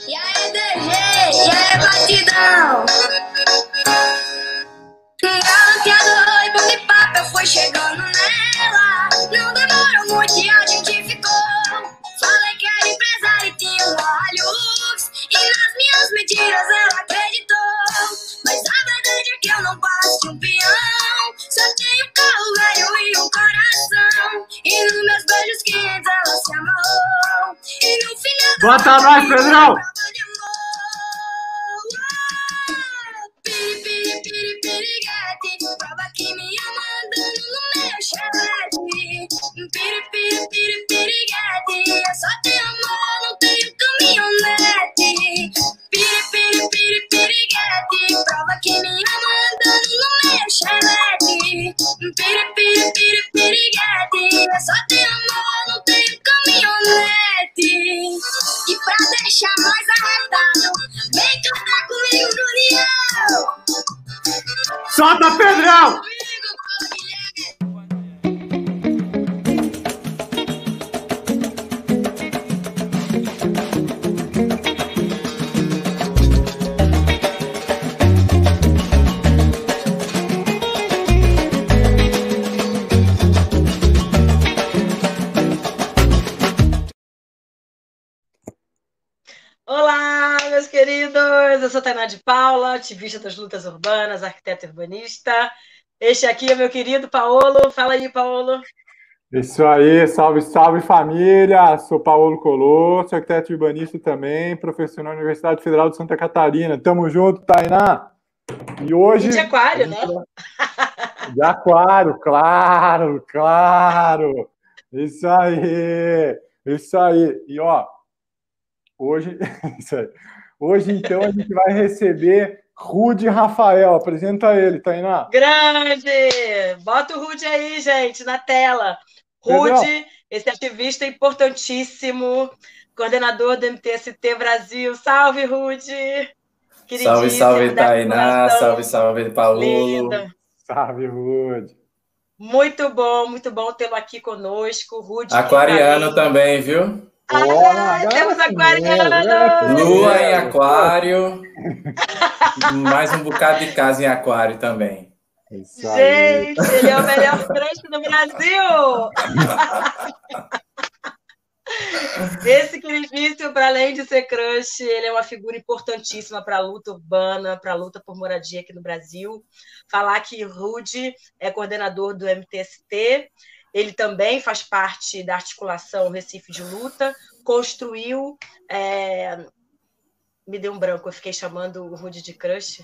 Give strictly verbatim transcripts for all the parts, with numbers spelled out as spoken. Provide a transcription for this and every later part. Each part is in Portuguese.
E aí, D G, e aí, batidão? Galanteador e bom papo, eu fui chegando nela. Não demorou muito e a gente ficou. Falei que era empresária e tinha um Hilux. E nas minhas mentiras ela acreditou. Mas a verdade é que eu não passo de um peão. Só tenho um carro velho e um coração. E nos meus beijos quentes ela se amarrou. E no final bota nós, Pedrão! Piri, piri, piri, piriguete. Prova que me ama andando no meu chevette. Piri, piri, piri, piriguete. Eu só tenho amor, não tenho caminhonete. Piri, piri, piri, piriguete. Prova que me ama andando no meu chevette. Piri, piri, piri, piriguete. Eu só tenho amor, não tenho caminhonete. E pra deixar mais arretado, vem cantar comigo no União. Solta, Pedrão! Olá, meus queridos! Eu sou Tainá de Paula, ativista das lutas urbanas, arquiteta urbanista. Este aqui é meu querido Paolo. Fala aí, Paolo. Isso aí, salve, salve família! Sou Paolo Colô, sou arquiteto urbanista também, professor na Universidade Federal de Santa Catarina. Tamo junto, Tainá! E hoje... E de aquário, né? De aquário, claro, claro! Isso aí! Isso aí! E ó, hoje, isso aí. Hoje então, a gente vai receber Rudy Rafael. Apresenta ele, Tainá. Grande! Bota o Rudy aí, gente, na tela. Rudy, esse ativista importantíssimo, coordenador do M T S T Brasil. Salve, Rudy! Salve, salve, Tainá. Salve, salve, Paolo. Linda. Salve, Rudy. Muito bom, muito bom tê-lo aqui conosco. Rudy. Aquariano também, viu? Ah, temos aquariano! Lua em aquário. Mais um bocado de casa em aquário também. Gente, ele é o melhor crush do Brasil! Esse queridíssimo, para além de ser crush, ele é uma figura importantíssima para a luta urbana, para a luta por moradia aqui no Brasil. Falar que Rudy é coordenador do M T S T, ele também faz parte da articulação Recife de Luta, construiu... É... Me deu um branco, eu fiquei chamando o Rudy de crush.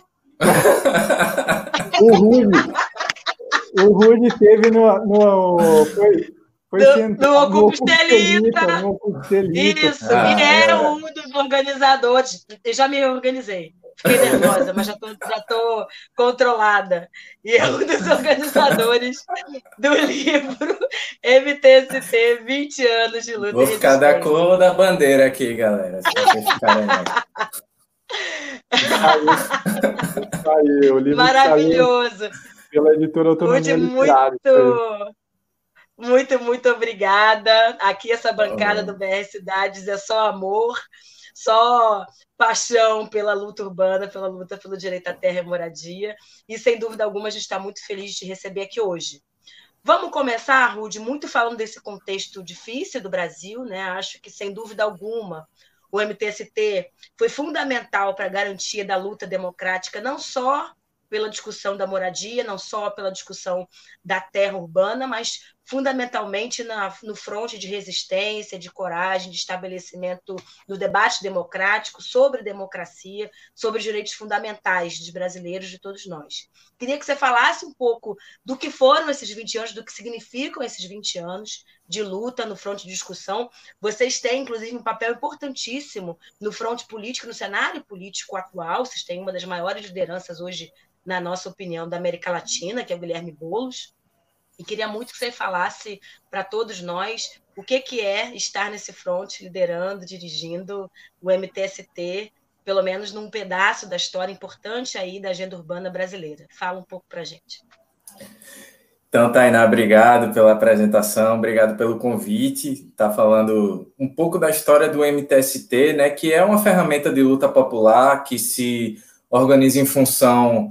O Rudy, o Rudy teve no... no foi, foi no, sentado, no Ocupestelita. No Ocupestelita. Isso, ah, e é, é um dos organizadores. Eu já me organizei. Fiquei nervosa, mas já estou já tô controlada. E é um dos organizadores do livro M T S T, vinte anos de luta. Vou ficar da cor da bandeira aqui, galera. Se vocês ficarem aí, o livro maravilhoso. Pela editora Autonomia Literária. Muito, muito, muito obrigada. Aqui essa bancada oh. do B R Cidades é só amor, só paixão pela luta urbana, pela luta pelo direito à terra e moradia. E, sem dúvida alguma, a gente está muito feliz de receber aqui hoje. Vamos começar, Rudy, muito falando desse contexto difícil do Brasil, né? Acho que, sem dúvida alguma, o M T S T foi fundamental para a garantia da luta democrática, não só pela discussão da moradia, não só pela discussão da terra urbana, mas fundamentalmente na, no fronte de resistência, de coragem, de estabelecimento do debate democrático sobre democracia, sobre direitos fundamentais dos brasileiros, de todos nós. Queria que você falasse um pouco do que foram esses vinte anos, do que significam esses vinte anos de luta no fronte de discussão. Vocês têm, inclusive, um papel importantíssimo no fronte político, no cenário político atual. Vocês têm uma das maiores lideranças hoje, na nossa opinião, da América Latina, que é o Guilherme Boulos. E queria muito que você falasse para todos nós o que, que é estar nesse fronte, liderando, dirigindo o M T S T, pelo menos num pedaço da história importante aí da agenda urbana brasileira. Fala um pouco para a gente. Então, Tainá, obrigado pela apresentação, obrigado pelo convite. Está falando um pouco da história do M T S T, né, que é uma ferramenta de luta popular que se organiza em função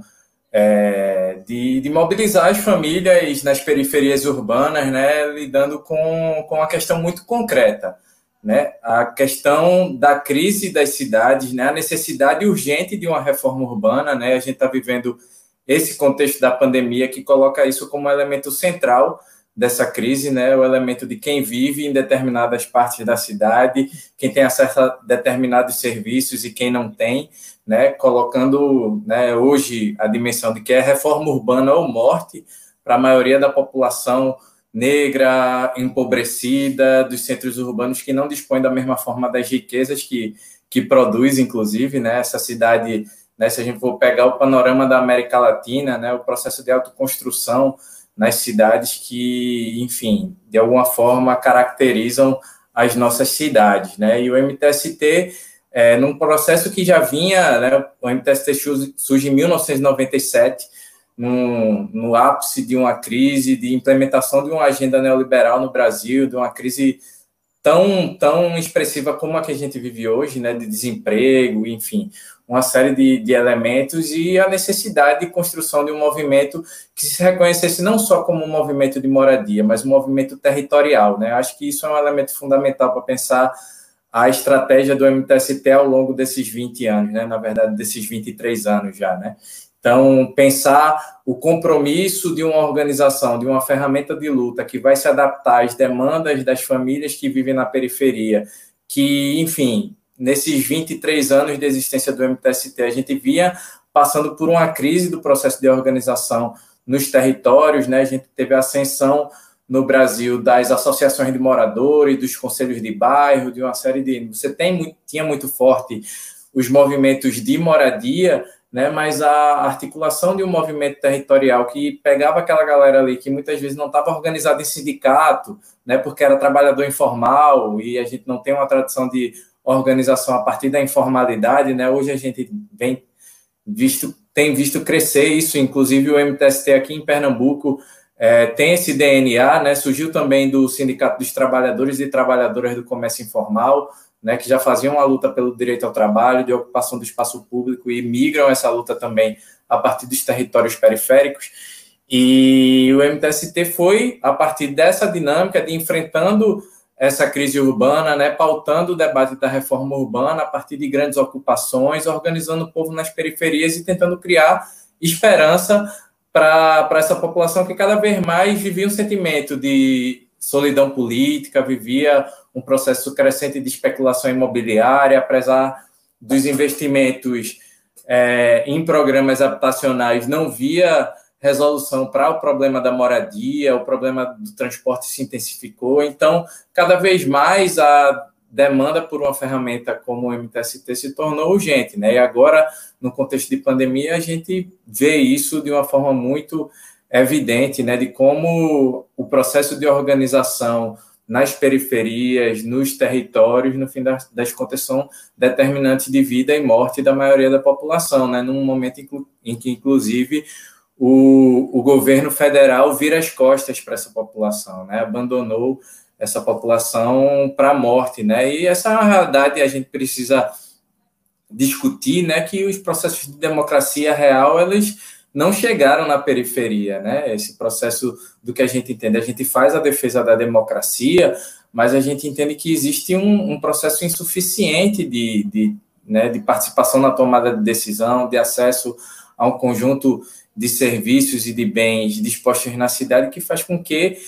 é, de, de mobilizar as famílias nas periferias urbanas, né, lidando com, com uma questão muito concreta, né, a questão da crise das cidades, né, a necessidade urgente de uma reforma urbana, né, a gente está vivendo esse contexto da pandemia que coloca isso como elemento central dessa crise, né? O elemento de quem vive em determinadas partes da cidade, quem tem acesso a determinados serviços e quem não tem, né? Colocando, né, hoje a dimensão de que é reforma urbana ou morte para a maioria da população negra, empobrecida, dos centros urbanos que não dispõem da mesma forma das riquezas que, que produz, inclusive, né? Essa cidade... Né, se a gente for pegar o panorama da América Latina, né, o processo de autoconstrução nas cidades que, enfim, de alguma forma caracterizam as nossas cidades, né, e o M T S T, é, num processo que já vinha, né, o M T S T surge em mil novecentos e noventa e sete, no, no ápice de uma crise de implementação de uma agenda neoliberal no Brasil, de uma crise tão, tão expressiva como a que a gente vive hoje, né, de desemprego, enfim, uma série de, de elementos e a necessidade de construção de um movimento que se reconhecesse não só como um movimento de moradia, mas um movimento territorial, né? Acho que isso é um elemento fundamental para pensar a estratégia do M T S T ao longo desses vinte anos, né? Na verdade, desses vinte e três anos já, né? Então, pensar o compromisso de uma organização, de uma ferramenta de luta que vai se adaptar às demandas das famílias que vivem na periferia, que, enfim, nesses vinte e três anos de existência do M T S T, a gente vinha passando por uma crise do processo de organização nos territórios, né? A gente teve a ascensão no Brasil das associações de moradores, dos conselhos de bairro, de uma série de... Você tem, tinha muito forte os movimentos de moradia, né, mas a articulação de um movimento territorial que pegava aquela galera ali que muitas vezes não estava organizada em sindicato, né, porque era trabalhador informal e a gente não tem uma tradição de organização a partir da informalidade, né, hoje a gente vem visto, tem visto crescer isso, inclusive o M T S T aqui em Pernambuco é, tem esse D N A, né, surgiu também do Sindicato dos Trabalhadores e Trabalhadoras do Comércio Informal, né, que já faziam uma luta pelo direito ao trabalho, de ocupação do espaço público e migram essa luta também a partir dos territórios periféricos. E o M T S T foi, a partir dessa dinâmica de enfrentando essa crise urbana, né, pautando o debate da reforma urbana a partir de grandes ocupações, organizando o povo nas periferias e tentando criar esperança para essa população que cada vez mais vivia um sentimento de solidão política, vivia um processo crescente de especulação imobiliária, apesar dos investimentos é, em programas habitacionais, não via resolução para o problema da moradia, o problema do transporte se intensificou. Então, cada vez mais a demanda por uma ferramenta como o M T S T se tornou urgente, né? E agora, no contexto de pandemia, a gente vê isso de uma forma muito evidente, né? De como o processo de organização nas periferias, nos territórios, no fim das, das contas, são determinantes de vida e morte da maioria da população, né? Num momento em que, inclusive, o, o governo federal vira as costas para essa população, né? Abandonou essa população para a morte, né? E essa é uma realidade, a gente precisa discutir, né? Que os processos de democracia real, eles não chegaram na periferia, né? Esse processo do que a gente entende, a gente faz a defesa da democracia, mas a gente entende que existe um, um processo insuficiente de, de, né, de participação na tomada de decisão, de acesso a um conjunto de serviços e de bens dispostos na cidade, que faz com que,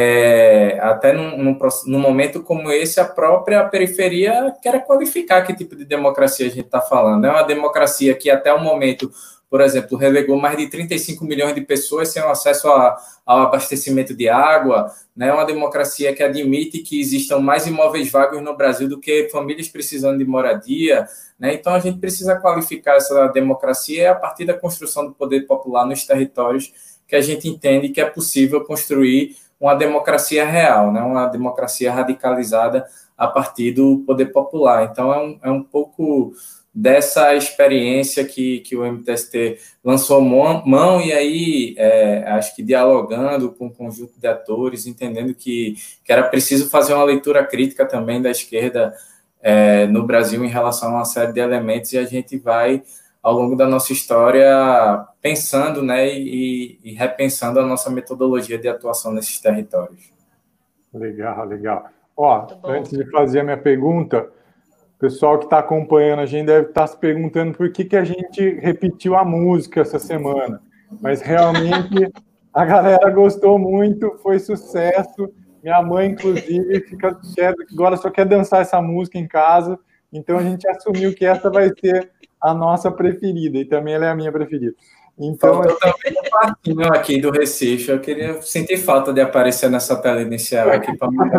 é, até num, num, num momento como esse, a própria periferia queira qualificar que tipo de democracia a gente está falando. É uma democracia que, até o momento, por exemplo, relegou mais de trinta e cinco milhões de pessoas sem acesso a, ao abastecimento de água, né? Uma democracia que admite que existam mais imóveis vagos no Brasil do que famílias precisando de moradia, né? Então, a gente precisa qualificar essa democracia a partir da construção do poder popular nos territórios, que a gente entende que é possível construir uma democracia real, né? Uma democracia radicalizada a partir do poder popular. Então, é um, é um pouco dessa experiência que, que o M T S T lançou mão, e aí, é, acho que dialogando com um conjunto de atores, entendendo que, que era preciso fazer uma leitura crítica também da esquerda é, no Brasil em relação a uma série de elementos, e a gente vai, ao longo da nossa história, pensando, né, e, e repensando a nossa metodologia de atuação nesses territórios. Legal, legal. Ó, antes de fazer a minha pergunta, o pessoal que está acompanhando a gente deve estar se perguntando por que, que a gente repetiu a música essa semana. Mas realmente a galera gostou muito, foi sucesso. Minha mãe, inclusive, fica, agora só quer dançar essa música em casa. Então a gente assumiu que essa vai ser a nossa preferida, e também ela é a minha preferida. Então, eu também um parquinho aqui do Recife. Eu queria sentir falta de aparecer nessa tela inicial aqui para mim.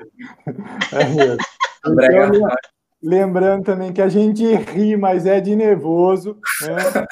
É mesmo. Então, lembrando também que a gente ri, mas é de nervoso, né?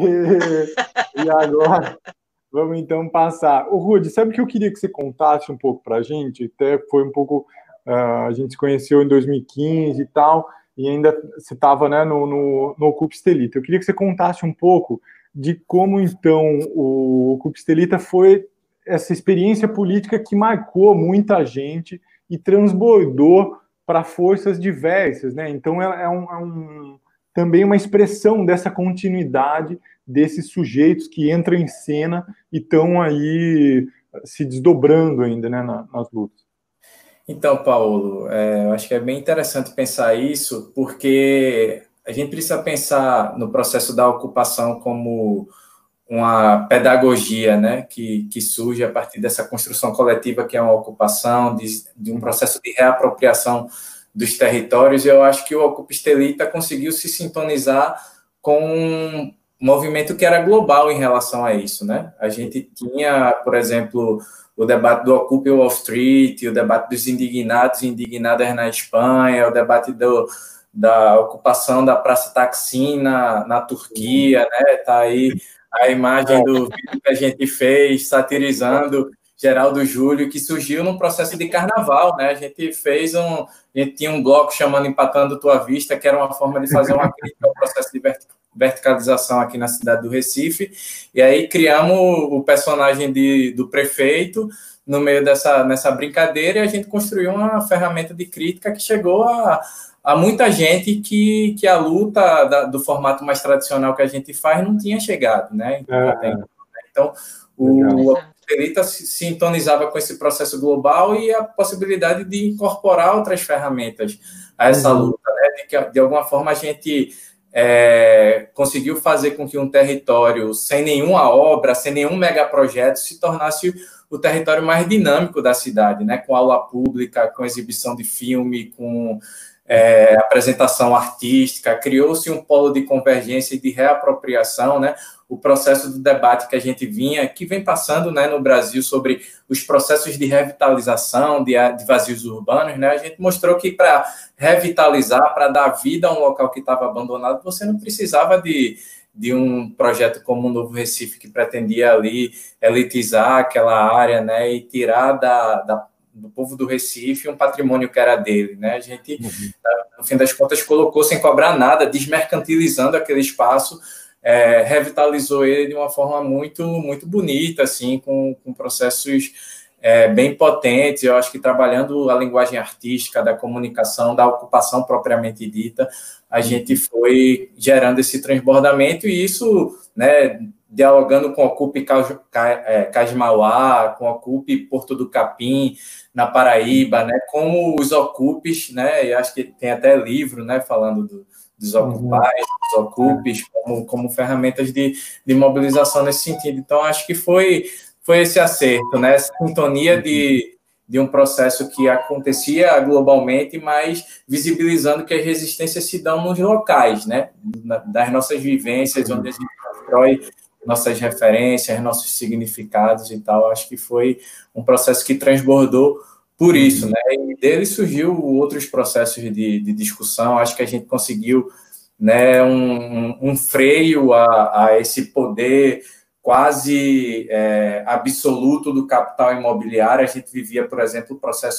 E, e agora, vamos então passar. O Rudy, sabe o que eu queria que você contasse um pouco para a gente? Até foi um pouco... Uh, a gente se conheceu em dois mil e quinze e tal, e ainda você estava, né, no, no, no Ocupa Estelita. Eu queria que você contasse um pouco de como, então, o Ocupa Estelita foi essa experiência política que marcou muita gente e transbordou para forças diversas, né? Então, é, é, um, é um, também uma expressão dessa continuidade desses sujeitos que entram em cena e estão aí se desdobrando ainda, né, nas lutas. Então, Paulo, é, eu acho que é bem interessante pensar isso, porque a gente precisa pensar no processo da ocupação como uma pedagogia, né, que, que surge a partir dessa construção coletiva que é uma ocupação, de, de um processo de reapropriação dos territórios. E eu acho que o Ocupa Estelita conseguiu se sintonizar com um movimento que era global em relação a isso, né? A gente tinha, por exemplo, o debate do Occupy Wall Street, o debate dos indignados e indignadas na Espanha, o debate do, da ocupação da Praça Taksim na, na Turquia, né? Tá aí a imagem do vídeo que a gente fez satirizando Geraldo Júlio, que surgiu num processo de carnaval, né? A gente fez um... A gente tinha um bloco chamando Empatando Tua Vista, que era uma forma de fazer uma crítica ao processo de verticalização aqui na cidade do Recife, e aí criamos o personagem de, do prefeito no meio dessa nessa brincadeira, e a gente construiu uma ferramenta de crítica que chegou a, a muita gente que, que a luta da, do formato mais tradicional que a gente faz não tinha chegado, né? É. Então, o Estelita se sintonizava com esse processo global e a possibilidade de incorporar outras ferramentas a essa uhum. luta, né? De que, de alguma forma, a gente é, conseguiu fazer com que um território sem nenhuma obra, sem nenhum megaprojeto, se tornasse o território mais dinâmico da cidade, né? Com aula pública, com exibição de filme, com é, apresentação artística, criou-se um polo de convergência e de reapropriação, né? O processo do debate que a gente vinha, que vem passando, né, no Brasil sobre os processos de revitalização de, de vazios urbanos, né? A gente mostrou que para revitalizar, para dar vida a um local que estava abandonado, você não precisava de, de um projeto como o Novo Recife, que pretendia ali elitizar aquela área, né, e tirar da, da, do povo do Recife um patrimônio que era dele, né? A gente, uhum. no fim das contas, colocou sem cobrar nada, desmercantilizando aquele espaço, É, revitalizou ele de uma forma muito, muito bonita, assim, com, com processos é, bem potentes. Eu acho que trabalhando a linguagem artística, da comunicação, da ocupação propriamente dita, a gente foi gerando esse transbordamento, e isso, né, dialogando com o Ocupa Cajimauá, com o Ocupa Porto do Capim, na Paraíba, né, como os Ocupes, né, e acho que tem até livro, né, falando do dos ocupais, dos ocupes, como, como ferramentas de, de mobilização nesse sentido. Então, acho que foi, foi esse acerto, né? Essa sintonia de, de um processo que acontecia globalmente, mas visibilizando que as resistências se dão nos locais, né? Das nossas vivências, onde a gente constrói nossas referências, nossos significados e tal. Acho que foi um processo que transbordou por isso, né? E dele surgiu outros processos de, de discussão. Acho que a gente conseguiu, né, um, um freio a, a esse poder quase é, absoluto do capital imobiliário. A gente vivia, por exemplo, o processo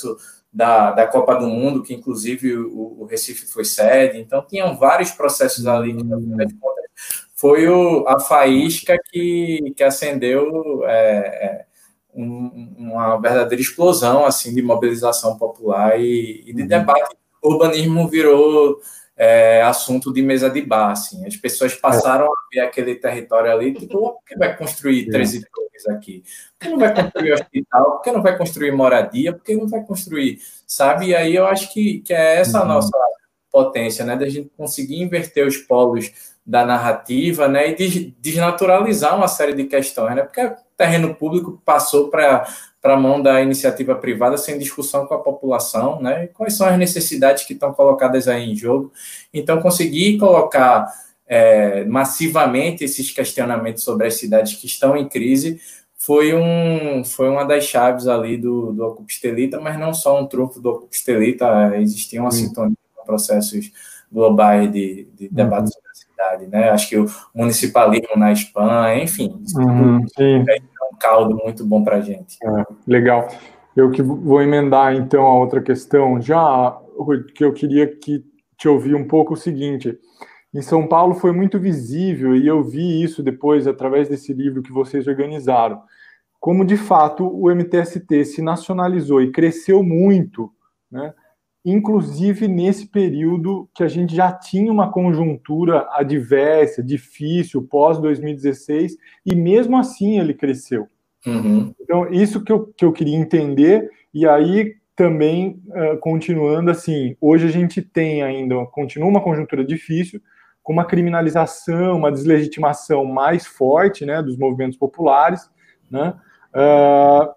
da, da Copa do Mundo, que inclusive o, o Recife foi sede, então tinham vários processos ali que, no fim das contas, foi o, a faísca que, que acendeu é, um, uma verdadeira explosão assim, de mobilização popular e, e de debate. O urbanismo virou é, assunto de mesa de bar. Assim. As pessoas passaram a ver aquele território ali, tipo, por que vai construir treze torres aqui? Por que não vai construir hospital? Por que não vai construir moradia? Por que não vai construir, sabe? E aí eu acho que, que é essa a nossa potência, né? Da gente conseguir inverter os polos da narrativa, né, e desnaturalizar uma série de questões, né, porque o terreno público passou para a mão da iniciativa privada sem discussão com a população, né, e quais são as necessidades que estão colocadas aí em jogo. Então, conseguir colocar é, massivamente esses questionamentos sobre as cidades que estão em crise foi, um, foi uma das chaves ali do, do Ocupa Estelita, mas não só um trunfo do Ocupa Estelita, existia uma hum. sintonia com processos globais de, de debate uhum. sobre a cidade, né? Acho que o municipalismo na Espanha, enfim, uhum, tudo é um caldo muito bom para a gente. É, legal. Eu que vou emendar, então, a outra questão, já que eu queria que te ouvir um pouco o seguinte, em São Paulo foi muito visível, e eu vi isso depois, através desse livro que vocês organizaram, como, de fato, o M T S T se nacionalizou e cresceu muito, né? Inclusive nesse período que a gente já tinha uma conjuntura adversa, difícil, pós dois mil e dezesseis, e mesmo assim ele cresceu. Uhum. Então, isso que eu, que eu queria entender, e aí também, uh, continuando assim, hoje a gente tem ainda, continua uma conjuntura difícil, com uma criminalização, uma deslegitimação mais forte, né, dos movimentos populares, né, uh,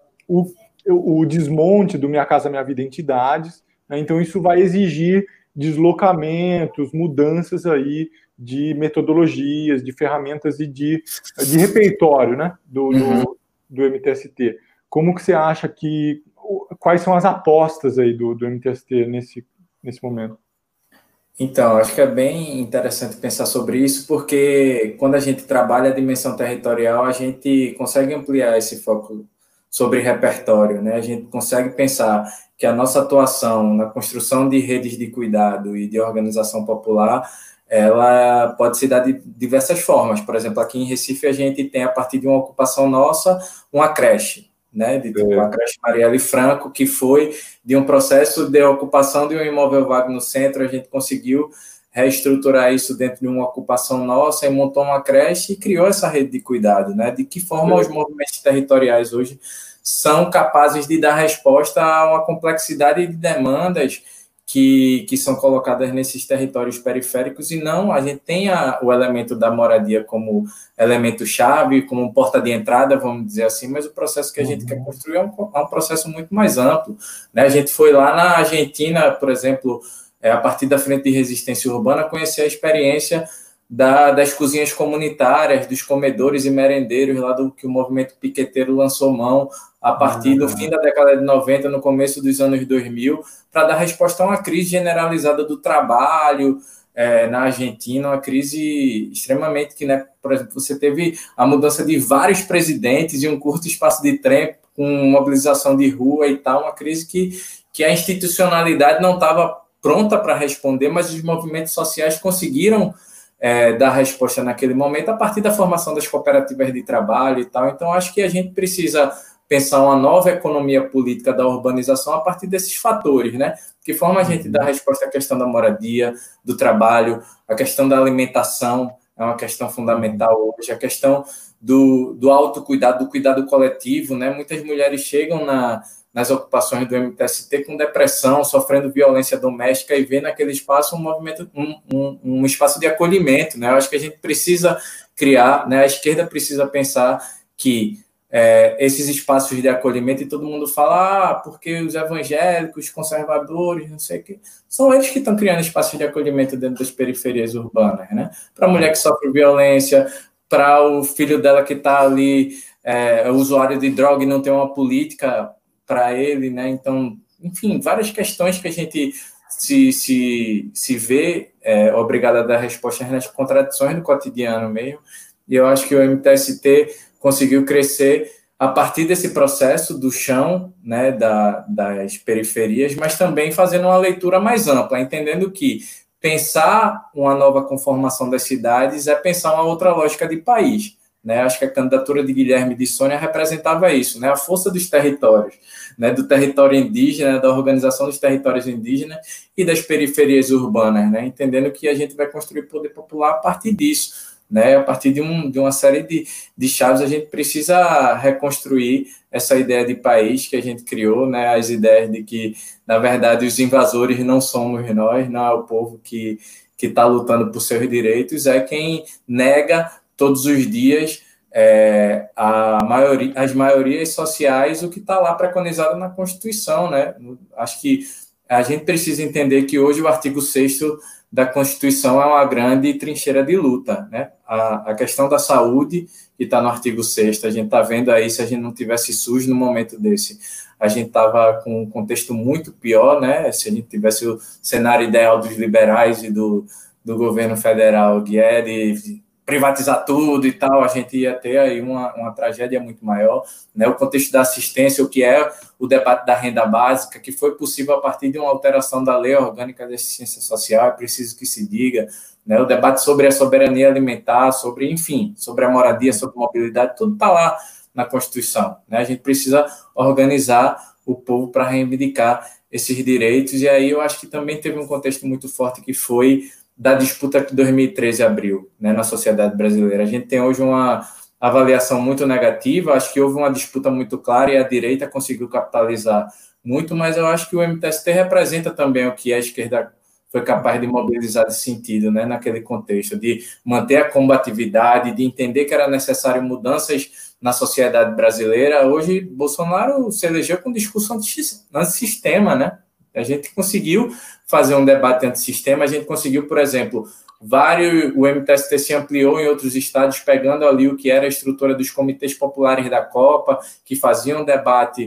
o, o desmonte do Minha Casa Minha Vida Entidades. Então, isso vai exigir deslocamentos, mudanças aí de metodologias, de ferramentas e de, de repertório, né, do, uhum. do, do M T S T. Como que você acha que... Quais são as apostas aí do, do M T S T nesse, nesse momento? Então, acho que é bem interessante pensar sobre isso, porque quando a gente trabalha a dimensão territorial, a gente consegue ampliar esse foco sobre repertório, né? A gente consegue pensar que a nossa atuação na construção de redes de cuidado e de organização popular, ela pode se dar de diversas formas. Por exemplo, aqui em Recife, a gente tem, a partir de uma ocupação nossa, uma creche, né? De, tipo, a creche Marielle Franco, que foi de um processo de ocupação de um imóvel vago no centro, a gente conseguiu reestruturar isso dentro de uma ocupação nossa e montou uma creche e criou essa rede de cuidado, né? De que forma os movimentos territoriais hoje são capazes de dar resposta a uma complexidade de demandas que, que são colocadas nesses territórios periféricos, e não, a gente tem a, o elemento da moradia como elemento-chave, como porta de entrada, vamos dizer assim, mas o processo que a gente uhum. quer construir é um, é um processo muito mais amplo, né? A gente foi lá na Argentina, por exemplo, é, a partir da Frente de Resistência Urbana, conhecer a experiência Da, das cozinhas comunitárias, dos comedores e merendeiros, lá do que o movimento piqueteiro lançou mão a partir do fim da década de noventa, no começo dos anos dois mil, para dar resposta a uma crise generalizada do trabalho é, na Argentina, uma crise extremamente que, né, por exemplo, você teve a mudança de vários presidentes em um curto espaço de tempo, com mobilização de rua e tal, uma crise que, que a institucionalidade não estava pronta para responder, mas os movimentos sociais conseguiram É, dar resposta naquele momento a partir da formação das cooperativas de trabalho e tal. Então, acho que a gente precisa pensar uma nova economia política da urbanização a partir desses fatores, né? De que forma a gente dá resposta à questão da moradia, do trabalho, a questão da alimentação é uma questão fundamental hoje, a questão do, do autocuidado, do cuidado coletivo, né? Muitas mulheres chegam na... nas ocupações do M T S T com depressão, sofrendo violência doméstica e vê naquele espaço um movimento, um, um, um espaço de acolhimento, né? Eu acho que a gente precisa criar, né? A esquerda precisa pensar que é, esses espaços de acolhimento, e todo mundo fala, ah, porque os evangélicos, conservadores, não sei o quê, são eles que estão criando espaços de acolhimento dentro das periferias urbanas, né? Para a mulher que sofre violência, para o filho dela que está ali, é, usuário de droga e não tem uma política para ele, né? Então, enfim, várias questões que a gente se, se, se vê é, obrigado a dar respostas nas contradições do cotidiano mesmo, e eu acho que o M T S T conseguiu crescer a partir desse processo do chão, né, da, das periferias, mas também fazendo uma leitura mais ampla, entendendo que pensar uma nova conformação das cidades é pensar uma outra lógica de país. Né? Acho que a candidatura de Guilherme de Sônia representava isso, né? A força dos territórios, né? Do território indígena, da organização dos territórios indígenas e das periferias urbanas, né? Entendendo que a gente vai construir poder popular a partir disso. Né? A partir de, um, de uma série de, de chaves, a gente precisa reconstruir essa ideia de país que a gente criou, né? As ideias de que, na verdade, os invasores não somos nós, não é o povo que que está lutando por seus direitos, é quem nega todos os dias é, a maioria, as maiorias sociais, o que está lá preconizado na Constituição. Né? Acho que a gente precisa entender que hoje o artigo sexto da Constituição é uma grande trincheira de luta. Né? A, a questão da saúde, que está no artigo sexto, a gente está vendo aí, se a gente não tivesse SUS no momento desse, a gente estava com um contexto muito pior, né? Se a gente tivesse o cenário ideal dos liberais e do, do governo federal, que é de privatizar tudo e tal, a gente ia ter aí uma, uma tragédia muito maior. Né? O contexto da assistência, o que é o debate da renda básica, que foi possível a partir de uma alteração da Lei Orgânica de Assistência Social, é preciso que se diga, né? O debate sobre a soberania alimentar, sobre, enfim, sobre a moradia, sobre a mobilidade, tudo está lá na Constituição. Né? A gente precisa organizar o povo para reivindicar esses direitos, e aí eu acho que também teve um contexto muito forte que foi da disputa que dois mil e treze abriu, né, na sociedade brasileira. A gente tem hoje uma avaliação muito negativa, acho que houve uma disputa muito clara e a direita conseguiu capitalizar muito, mas eu acho que o M T S T representa também o que a esquerda foi capaz de mobilizar nesse sentido, né, naquele contexto, de manter a combatividade, de entender que era necessário mudanças na sociedade brasileira. Hoje, Bolsonaro se elegeu com discurso antissistema, né? A gente conseguiu fazer um debate antissistema, a gente conseguiu, por exemplo, vários, o M T S T se ampliou em outros estados, pegando ali o que era a estrutura dos comitês populares da Copa, que faziam um debate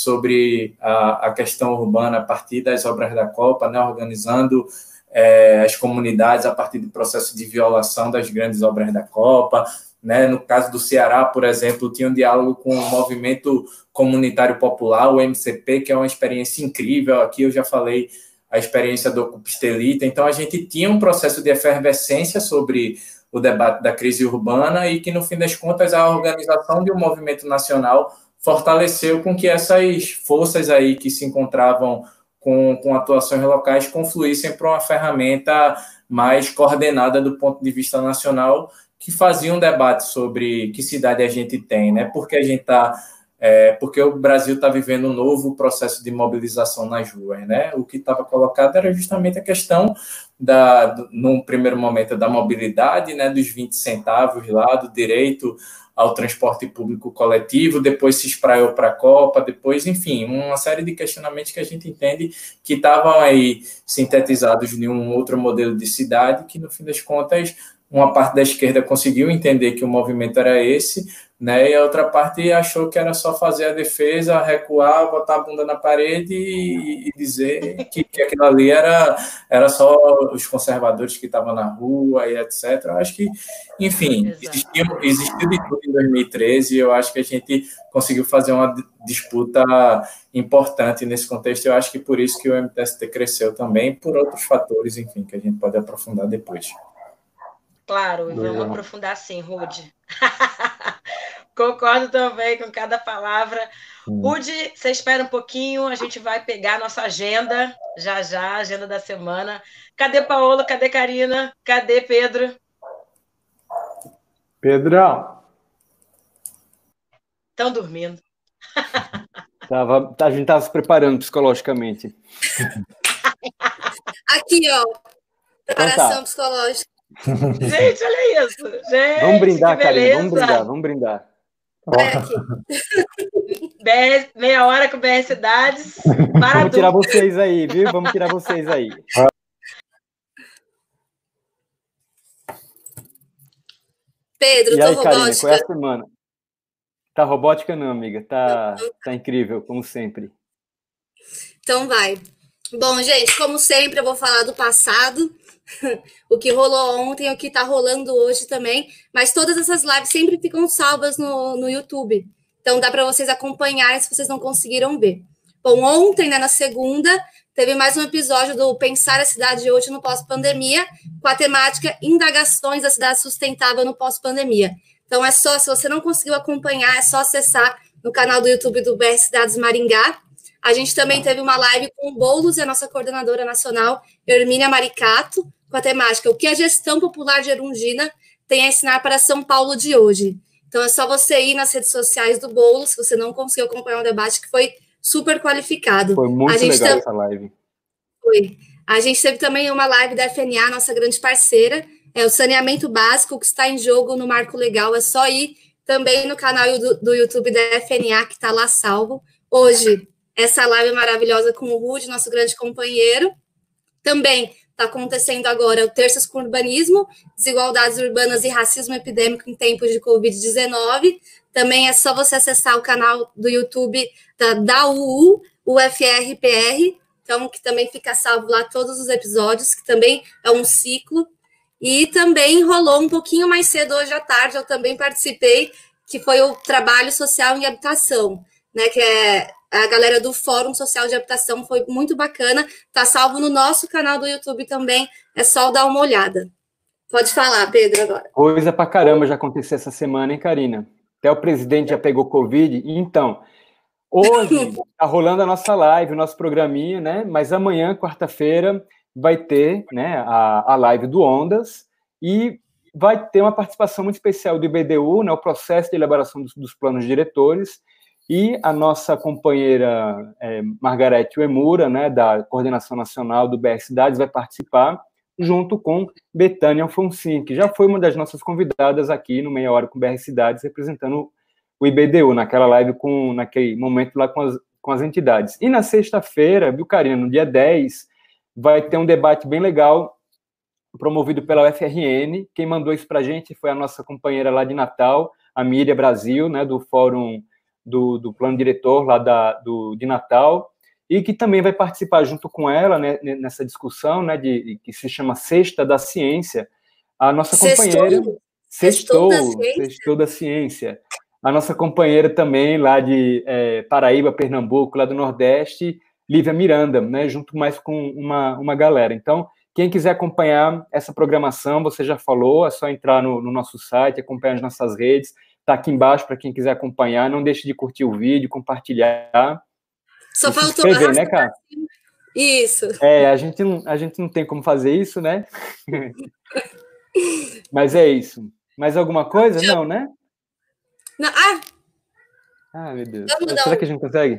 sobre a, a questão urbana a partir das obras da Copa, né, organizando é, as comunidades a partir do processo de violação das grandes obras da Copa. Né? No caso do Ceará, por exemplo, tinha um diálogo com o Movimento Comunitário Popular, o M C P, que é uma experiência incrível. Aqui eu já falei a experiência do Ocupa Estelita. Então, a gente tinha um processo de efervescência sobre o debate da crise urbana e que, no fim das contas, a organização de um movimento nacional fortaleceu com que essas forças aí que se encontravam com, com atuações locais confluíssem para uma ferramenta mais coordenada do ponto de vista nacional, que fazia um debate sobre que cidade a gente tem, né? Porque a gente está, é, porque o Brasil está vivendo um novo processo de mobilização nas ruas, né? O que estava colocado era justamente a questão da, do, num primeiro momento, da mobilidade, né? Dos vinte centavos lá, do direito ao transporte público coletivo, depois se espraiou para a Copa, depois, enfim, uma série de questionamentos que a gente entende que estavam aí sintetizados em um outro modelo de cidade, que no fim das contas uma parte da esquerda conseguiu entender que o movimento era esse, né, e a outra parte achou que era só fazer a defesa, recuar, botar a bunda na parede e, e dizer que, que aquilo ali era, era só os conservadores que estavam na rua e etcétera. Eu acho que, enfim, existiu, existiu de tudo em dois mil e treze, e eu acho que a gente conseguiu fazer uma disputa importante nesse contexto. Eu acho que por isso que o M T S T cresceu também, por outros fatores, enfim, que a gente pode aprofundar depois. Claro, e vamos aprofundar sim, Rude. Concordo também com cada palavra. Hum. Rude, você espera um pouquinho, a gente vai pegar a nossa agenda, já já, a agenda da semana. Cadê Paola? Cadê Karina? Cadê Pedro? Pedrão. Estão dormindo. Tava, a gente estava se preparando psicologicamente. Aqui, ó. Preparação então tá. psicológica. Gente, olha isso. Gente, vamos brindar, Karina, vamos brindar, vamos brindar. B R, meia hora com B R Cidades. Vamos tirar vocês aí, viu? Vamos tirar vocês aí. Pedro, e aí, tô Karina, robótica. qual é a semana? Tá robótica não, amiga. Tá, tá incrível, como sempre. Então vai. Bom, gente, como sempre, eu vou falar do passado. O que rolou ontem, o que tá rolando hoje também, mas todas essas lives sempre ficam salvas no, no YouTube. Então, dá para vocês acompanharem se vocês não conseguiram ver. Bom, ontem, né, na segunda, teve mais um episódio do Pensar a Cidade Hoje no Pós-Pandemia, com a temática Indagações da Cidade Sustentável no Pós-Pandemia. Então, é só, se você não conseguiu acompanhar, é só acessar no canal do YouTube do B R Cidades Maringá. A gente também teve uma live com o Boulos e a nossa coordenadora nacional, Hermínia Maricato, com a temática O que a gestão popular de Erundina tem a ensinar para São Paulo de hoje. Então, é só você ir nas redes sociais do Boulos, se você não conseguiu acompanhar o debate, que foi super qualificado. Foi muito a gente legal tam... essa live. Foi. A gente teve também uma live da F N A, nossa grande parceira, é o saneamento básico que está em jogo no Marco Legal. É só ir também no canal do, do YouTube da F N A, que está lá salvo. Hoje, essa live maravilhosa com o Rude, nosso grande companheiro. Também está acontecendo agora o Terças com Urbanismo, Desigualdades Urbanas e Racismo Epidêmico em Tempos de covid dezenove. Também é só você acessar o canal do YouTube da, da U U, U F R P R, então, que também fica salvo lá todos os episódios, que também é um ciclo. E também rolou um pouquinho mais cedo hoje à tarde, eu também participei, que foi o Trabalho Social em Habitação, né, que é a galera do Fórum Social de Habitação, foi muito bacana, tá salvo no nosso canal do YouTube também, é só dar uma olhada. Pode falar, Pedro, agora. Coisa pra caramba já aconteceu essa semana, hein, Karina? Até o presidente já pegou Covid, então, hoje tá rolando a nossa live, o nosso programinha, né, mas amanhã, quarta-feira, vai ter, né, a, a live do Ondas e vai ter uma participação muito especial do I B D U, né, o processo de elaboração dos, dos planos diretores, e a nossa companheira é, Margarete Uemura, né, da Coordenação Nacional do B R Cidades, vai participar, junto com Betânia Alfonsin, que já foi uma das nossas convidadas aqui no Meia Hora com B R Cidades, representando o I B D U, naquela live, com, naquele momento lá com as, com as entidades. E na sexta-feira, viu, Karina, no dia dez, vai ter um debate bem legal, promovido pela U F R N. Quem mandou isso para a gente foi a nossa companheira lá de Natal, a Miriam Brasil, né, do Fórum do, do Plano Diretor lá da, do, de Natal, e que também vai participar junto com ela, né, nessa discussão, né, de, que se chama Sexta da Ciência, a nossa companheira... Sextou, Sextou da Ciência. A nossa companheira também lá de é, Paraíba, Pernambuco, lá do Nordeste, Lívia Miranda, né, junto mais com uma, uma galera. Então, quem quiser acompanhar essa programação, você já falou, é só entrar no, no nosso site, acompanhar as nossas redes, tá aqui embaixo para quem quiser acompanhar, não deixe de curtir o vídeo, compartilhar. Só faltou se inscrever, né, cara? Isso. É, a gente, não, a gente não tem como fazer isso, né? Mas é isso. Mais alguma coisa? Não, né? Não, ah! Ah, meu Deus. Não, não. Será que a gente consegue?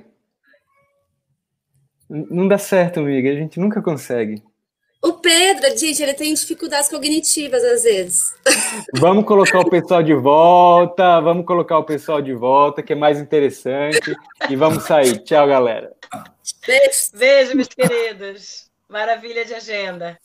Não dá certo, amiga. A gente nunca consegue. O Pedro, gente, ele tem dificuldades cognitivas às vezes. Vamos colocar o pessoal de volta. Vamos colocar o pessoal de volta, que é mais interessante. E vamos sair. Tchau, galera. Beijo, Beijo meus queridos. Maravilha de agenda.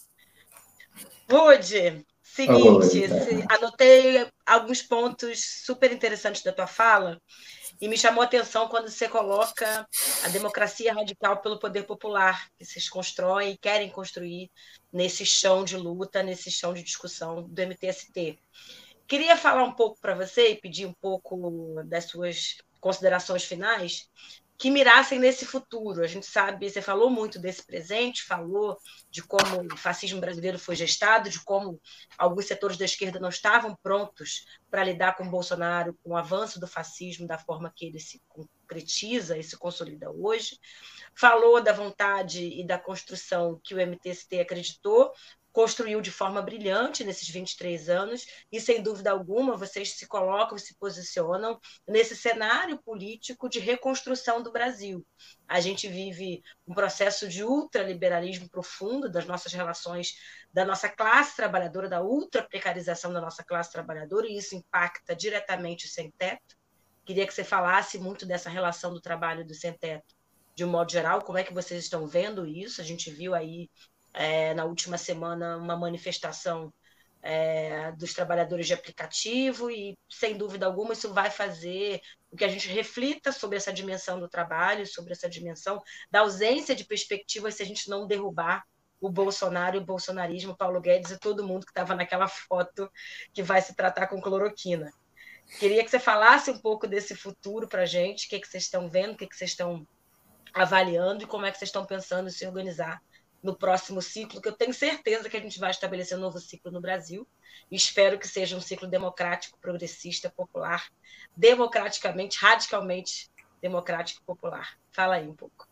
Rude, seguinte, se, anotei alguns pontos super interessantes da tua fala e me chamou a atenção quando você coloca a democracia radical pelo poder popular, que vocês constroem e querem construir nesse chão de luta, nesse chão de discussão do M T S T. Queria falar um pouco para você e pedir um pouco das suas considerações finais, que mirassem nesse futuro. A gente sabe, você falou muito desse presente, falou de como o fascismo brasileiro foi gestado, de como alguns setores da esquerda não estavam prontos para lidar com o Bolsonaro, com o avanço do fascismo, da forma que ele se concretiza e se consolida hoje. Falou da vontade e da construção que o M T S T acreditou, construiu de forma brilhante nesses vinte e três anos, e, sem dúvida alguma, vocês se colocam e se posicionam nesse cenário político de reconstrução do Brasil. A gente vive um processo de ultraliberalismo profundo das nossas relações, da nossa classe trabalhadora, da ultraprecarização da nossa classe trabalhadora, e isso impacta diretamente o sem-teto. Queria que você falasse muito dessa relação do trabalho do sem-teto, de um modo geral, como é que vocês estão vendo isso? A gente viu aí, É, na última semana, uma manifestação é, dos trabalhadores de aplicativo e, sem dúvida alguma, isso vai fazer com que a gente reflita sobre essa dimensão do trabalho, sobre essa dimensão da ausência de perspectivas se a gente não derrubar o Bolsonaro e o bolsonarismo, Paulo Guedes e todo mundo que estava naquela foto que vai se tratar com cloroquina. Queria que você falasse um pouco desse futuro para a gente, o que, que vocês estão vendo, o que, que vocês estão avaliando e como é que vocês estão pensando em se organizar no próximo ciclo, que eu tenho certeza que a gente vai estabelecer um novo ciclo no Brasil, e espero que seja um ciclo democrático, progressista, popular, democraticamente, radicalmente democrático popular. Fala aí um pouco.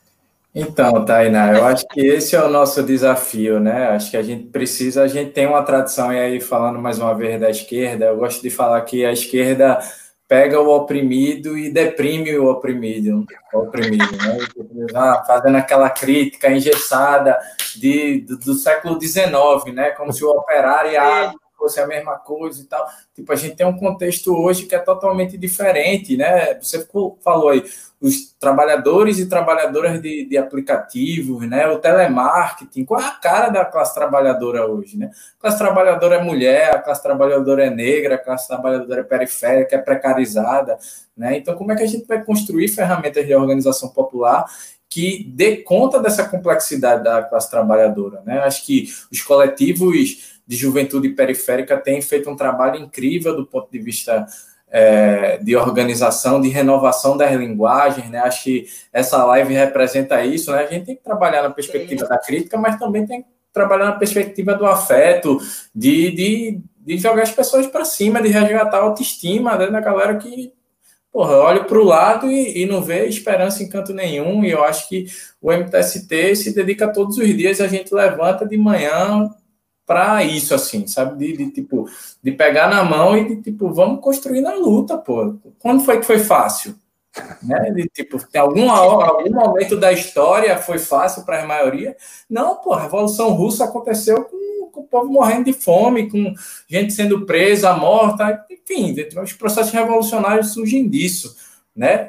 Então, Tainá, eu acho que esse é o nosso desafio, né? Acho que a gente precisa, a gente tem uma tradição, e aí falando mais uma vez da esquerda, eu gosto de falar que a esquerda pega o oprimido e deprime o oprimido, o oprimido, né? Ah, fazendo aquela crítica engessada de, do, do século dezenove, né? Como se o operário e a água fosse a mesma coisa e tal. Tipo, a gente tem um contexto hoje que é totalmente diferente, né? Você falou aí, os trabalhadores e trabalhadoras de, de aplicativos, né? O telemarketing, qual é a cara da classe trabalhadora hoje, né? A classe trabalhadora é mulher, a classe trabalhadora é negra, a classe trabalhadora é periférica, é precarizada, né? Então, como é que a gente vai construir ferramentas de organização popular que dê conta dessa complexidade da classe trabalhadora, né? Acho que os coletivos de juventude periférica têm feito um trabalho incrível do ponto de vista é, de organização, de renovação das linguagens, né? Acho que essa live representa isso, né? A gente tem que trabalhar na perspectiva da crítica, mas também tem que trabalhar na perspectiva do afeto, de, de, de jogar as pessoas para cima, de resgatar a autoestima, né, da galera que, porra, olha para o lado e, e não vê esperança em canto nenhum, e eu acho que o M T S T se dedica todos os dias, a gente levanta de manhã para isso, assim, sabe? De, de, tipo, de pegar na mão e de, tipo, vamos construir na luta, pô. Quando foi que foi fácil? Né? De, tipo, tem algum, algum momento da história foi fácil para a maioria? Não, pô, a Revolução Russa aconteceu com, com o povo morrendo de fome, com gente sendo presa, morta, enfim, os processos revolucionários surgem disso, né?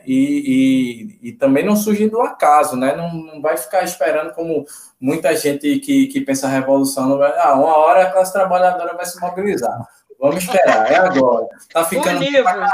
E, e, e também não surgem do acaso, né? Não, não vai ficar esperando como muita gente que, que pensa a revolução, não vai, ah, uma hora a classe trabalhadora vai se mobilizar. Vamos esperar, é agora. Tá ficando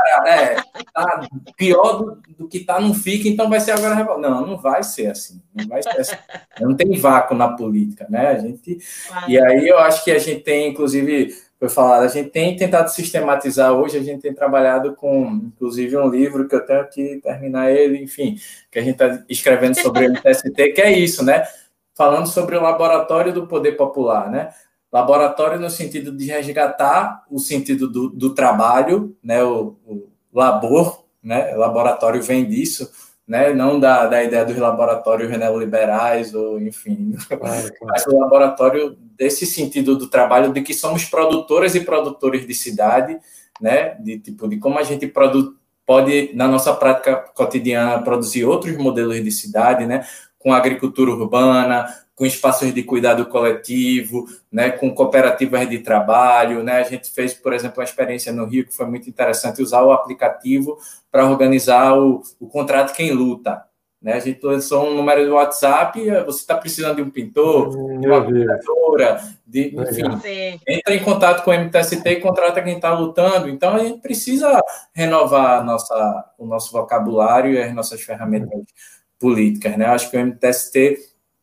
é, tá pior do, do que tá, não fica, então vai ser agora a revolução. Não, não vai ser assim. Não vai ser assim. Não tem vácuo na política, né? A gente, e aí eu acho que a gente tem, inclusive, foi falado, a gente tem tentado sistematizar hoje, a gente tem trabalhado com, inclusive, um livro que eu tenho que terminar ele, enfim, que a gente está escrevendo sobre o M T S T, que é isso, né? Falando sobre o laboratório do poder popular, né? Laboratório no sentido de resgatar o sentido do, do trabalho, né? O, o labor, né? O laboratório vem disso, né? Não da, da ideia dos laboratórios neoliberais, ou enfim, claro, claro. Mas o laboratório desse sentido do trabalho, de que somos produtoras e produtores de cidade, né? De tipo, de como a gente produ- pode, na nossa prática cotidiana, produzir outros modelos de cidade, né? Com agricultura urbana, com espaços de cuidado coletivo, né, com cooperativas de trabalho, né? A gente fez, por exemplo, uma experiência no Rio que foi muito interessante, usar o aplicativo para organizar o, o Contrato Quem Luta, né? A gente lançou um número do WhatsApp, você está precisando de um pintor, hum, de uma pintora, de, enfim, Sim. entra em contato com o M T S T e contrata quem está lutando. Então, a gente precisa renovar a nossa, o nosso vocabulário e as nossas ferramentas políticas, né? Eu acho que o M T S T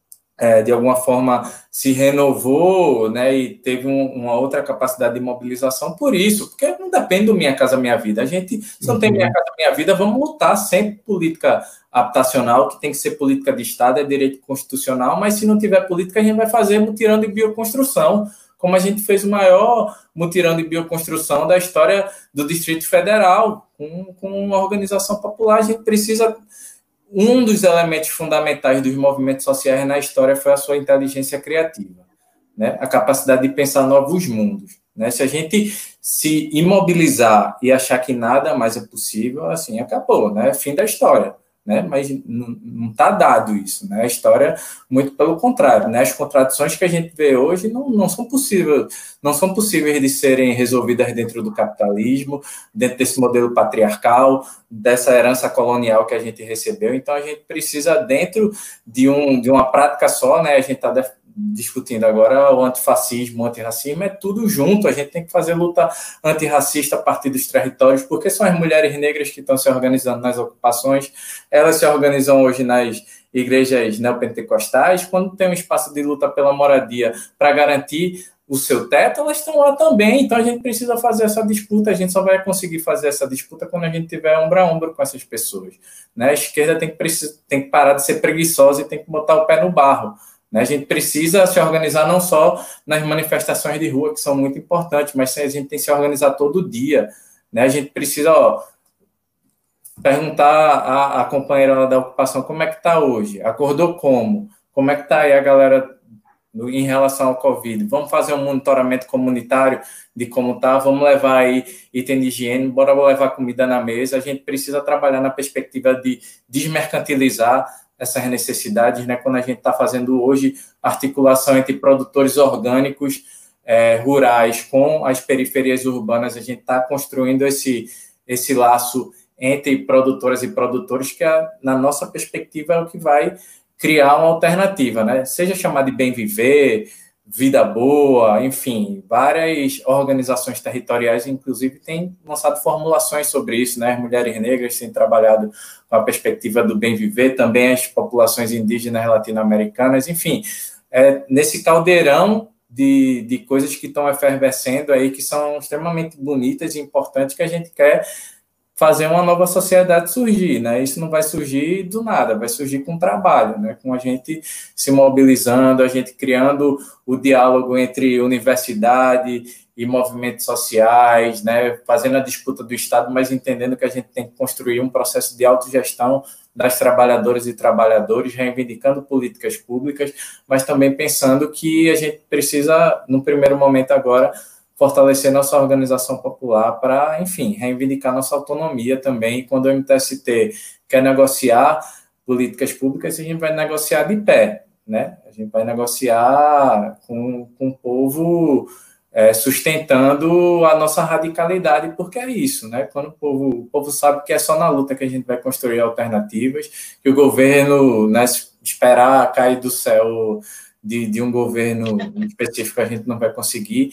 É, de alguma forma se renovou, né, e teve um, uma outra capacidade de mobilização por isso, porque não depende do Minha Casa Minha Vida. A gente, se não uhum. tem Minha Casa Minha Vida, vamos lutar sempre política habitacional, que tem que ser política de Estado, é direito constitucional, mas se não tiver política, a gente vai fazer mutirão de bioconstrução, como a gente fez o maior mutirão de bioconstrução da história do Distrito Federal, com, com uma organização popular. A gente precisa... Um dos elementos fundamentais dos movimentos sociais na história foi a sua inteligência criativa, né? A capacidade de pensar novos mundos, né? Se a gente se imobilizar e achar que nada mais é possível, assim, acabou, né? Fim da história, né? Mas não está dado isso, né? A história, muito pelo contrário, né? As contradições que a gente vê hoje não, não são possíveis, não são possíveis de serem resolvidas dentro do capitalismo, dentro desse modelo patriarcal, dessa herança colonial que a gente recebeu. Então, a gente precisa, dentro de, um, de uma prática só, né? A gente está discutindo agora o antifascismo, o antirracismo, é tudo junto. A gente tem que fazer luta antirracista a partir dos territórios, porque são as mulheres negras que estão se organizando nas ocupações, elas se organizam hoje nas igrejas neopentecostais, quando tem um espaço de luta pela moradia para garantir o seu teto, elas estão lá também. Então, a gente precisa fazer essa disputa. A gente só vai conseguir fazer essa disputa quando a gente tiver ombro a ombro com essas pessoas. Né? A esquerda tem que, tem que parar de ser preguiçosa e tem que botar o pé no barro. Né? A gente precisa se organizar não só nas manifestações de rua, que são muito importantes, mas a gente tem que se organizar todo dia. Né? A gente precisa ó, perguntar à, à companheira da ocupação como é que está hoje, acordou como, como é que está aí a galera em relação ao Covid. Vamos fazer um monitoramento comunitário de como está, vamos levar aí item de higiene, bora levar comida na mesa. A gente precisa trabalhar na perspectiva de desmercantilizar essas necessidades, né? Quando a gente está fazendo hoje articulação entre produtores orgânicos é, rurais com as periferias urbanas, a gente está construindo esse, esse laço entre produtoras e produtores que, na nossa perspectiva, é o que vai criar uma alternativa, né? Seja chamado de Bem Viver, Vida Boa, enfim, várias organizações territoriais, inclusive, têm lançado formulações sobre isso, né? As mulheres negras têm trabalhado com a perspectiva do bem viver, também as populações indígenas latino-americanas, enfim, é, nesse caldeirão de, de coisas que estão efervescendo aí, que são extremamente bonitas e importantes, que a gente quer fazer uma nova sociedade surgir, né? Isso não vai surgir do nada, vai surgir com trabalho, né? Com a gente se mobilizando, a gente criando o diálogo entre universidade e movimentos sociais, né? Fazendo a disputa do Estado, mas entendendo que a gente tem que construir um processo de autogestão das trabalhadoras e trabalhadores, reivindicando políticas públicas, mas também pensando que a gente precisa, no primeiro momento agora, fortalecer nossa organização popular para, enfim, reivindicar nossa autonomia também. E quando o M T S T quer negociar políticas públicas, a gente vai negociar de pé, né? A gente vai negociar com, com o povo é, sustentando a nossa radicalidade, porque é isso, né? Quando o povo, o povo sabe que é só na luta que a gente vai construir alternativas, que o governo, né, esperar cair do céu de, de um governo específico, a gente não vai conseguir.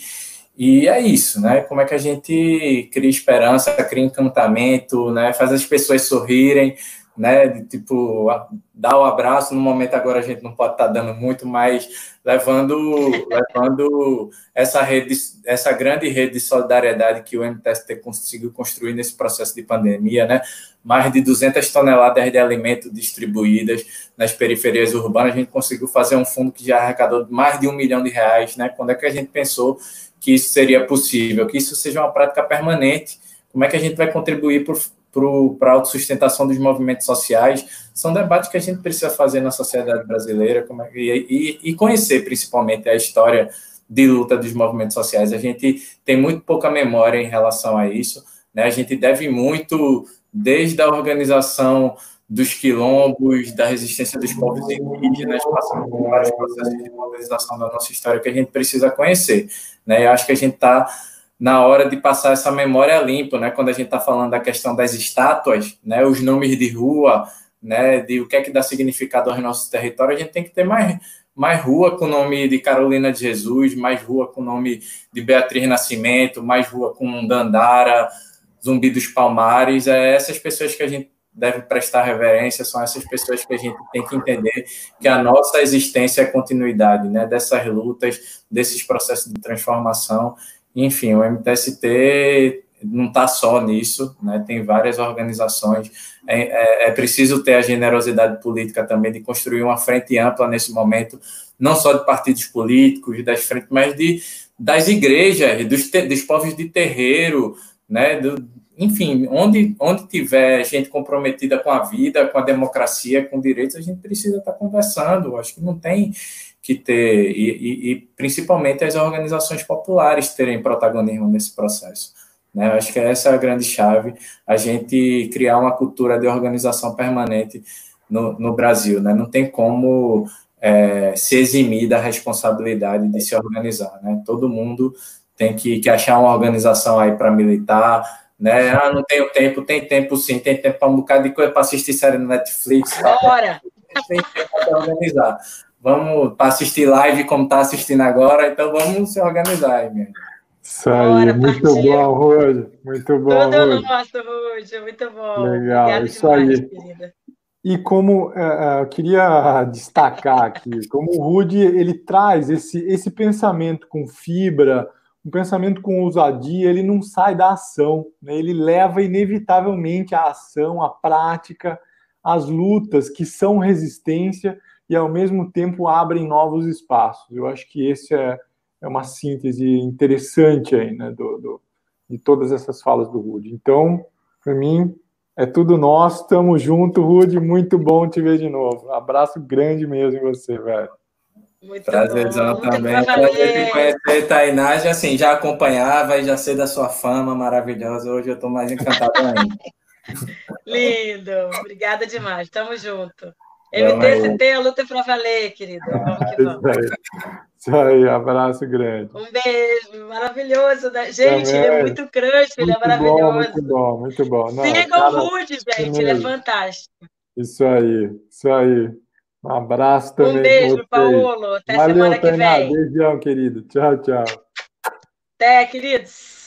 E é isso, né? Como é que a gente cria esperança, cria encantamento, né? Faz as pessoas sorrirem, né? De, tipo, dar o abraço. No momento agora a gente não pode estar dando muito, mas levando, levando essa rede, essa grande rede de solidariedade que o M T S T conseguiu construir nesse processo de pandemia, né? Mais de duzentas toneladas de alimento distribuídas nas periferias urbanas. A gente conseguiu fazer um fundo que já arrecadou mais de um milhão de reais, né? Quando é que a gente pensou que isso seria possível, que isso seja uma prática permanente? Como é que a gente vai contribuir para a autossustentação dos movimentos sociais? São debates que a gente precisa fazer na sociedade brasileira, como é, e, e conhecer, principalmente, a história de luta dos movimentos sociais. A gente tem muito pouca memória em relação a isso, né? A gente deve muito, desde a organização dos quilombos, da resistência dos povos indígenas, passando por vários processos de mobilização da nossa história que a gente precisa conhecer, né? Eu acho que a gente está na hora de passar essa memória limpa, né? Quando a gente está falando da questão das estátuas, né? Os nomes de rua, né? De o que é que dá significado aos nossos territórios, a gente tem que ter mais, mais rua com o nome de Carolina de Jesus, mais rua com o nome de Beatriz Nascimento, mais rua com Dandara, Zumbi dos Palmares. É essas pessoas que a gente deve prestar reverência, são essas pessoas que a gente tem que entender que a nossa existência é continuidade, né, dessas lutas, desses processos de transformação. Enfim, o M T S T não está só nisso, né, tem várias organizações, é, é, é preciso ter a generosidade política também de construir uma frente ampla nesse momento, não só de partidos políticos, das frentes, mas de, das igrejas, dos, dos povos de terreiro, né, do, enfim, onde, onde tiver gente comprometida com a vida, com a democracia, com direitos, a gente precisa estar conversando. Acho que não tem que ter, e, e, e principalmente as organizações populares terem protagonismo nesse processo, né? Acho que essa é a grande chave, a gente criar uma cultura de organização permanente no, no Brasil, né? Não tem como é, se eximir da responsabilidade de se organizar, né? Todo mundo tem que, que achar uma organização aí para militar, né? Ah, não tenho tempo, tem tempo sim, tem tempo para um bocado de coisa para assistir série no Netflix. Bora! Tem tempo para organizar. Vamos para assistir live como está assistindo agora, então vamos se organizar aí, minha gente. Isso aí, Bora, muito partiu. Bom, Rude. Muito bom, Tudo Rude. nosso, Rude, muito bom. Legal, Obrigada isso demais, aí. querida. E como uh, eu queria destacar aqui, como o Rudy ele traz esse, esse pensamento com fibra, um pensamento com ousadia, ele não sai da ação, né? Ele leva inevitavelmente a ação, a prática, as lutas que são resistência e ao mesmo tempo abrem novos espaços. Eu acho que esse é, é uma síntese interessante aí, né, do, do, de todas essas falas do Rudy. Então, para mim, é tudo nosso, tamo junto, Rudy, muito bom te ver de novo. Abraço grande mesmo em você, velho. Muito Prazerzão bom. também. Prazer te conhecer, Tainá. Já, assim, já acompanhava e já sei da sua fama maravilhosa. Hoje eu estou mais encantado ainda. Lindo. Obrigada demais. Tamo junto. M T S T, a luta é pra valer, querido. Vamos que vamos. Isso aí, abraço grande. Um beijo, maravilhoso. Gente, também. Ele é muito crush, ele é maravilhoso. Bom, muito bom, muito bom. Siga o Rudy, gente, ele é fantástico. Isso aí, isso aí. Um abraço também. Um beijo, Paulo. Até Valeu, semana que Tainá. vem. Beijão, querido. Tchau, tchau. Até, queridos.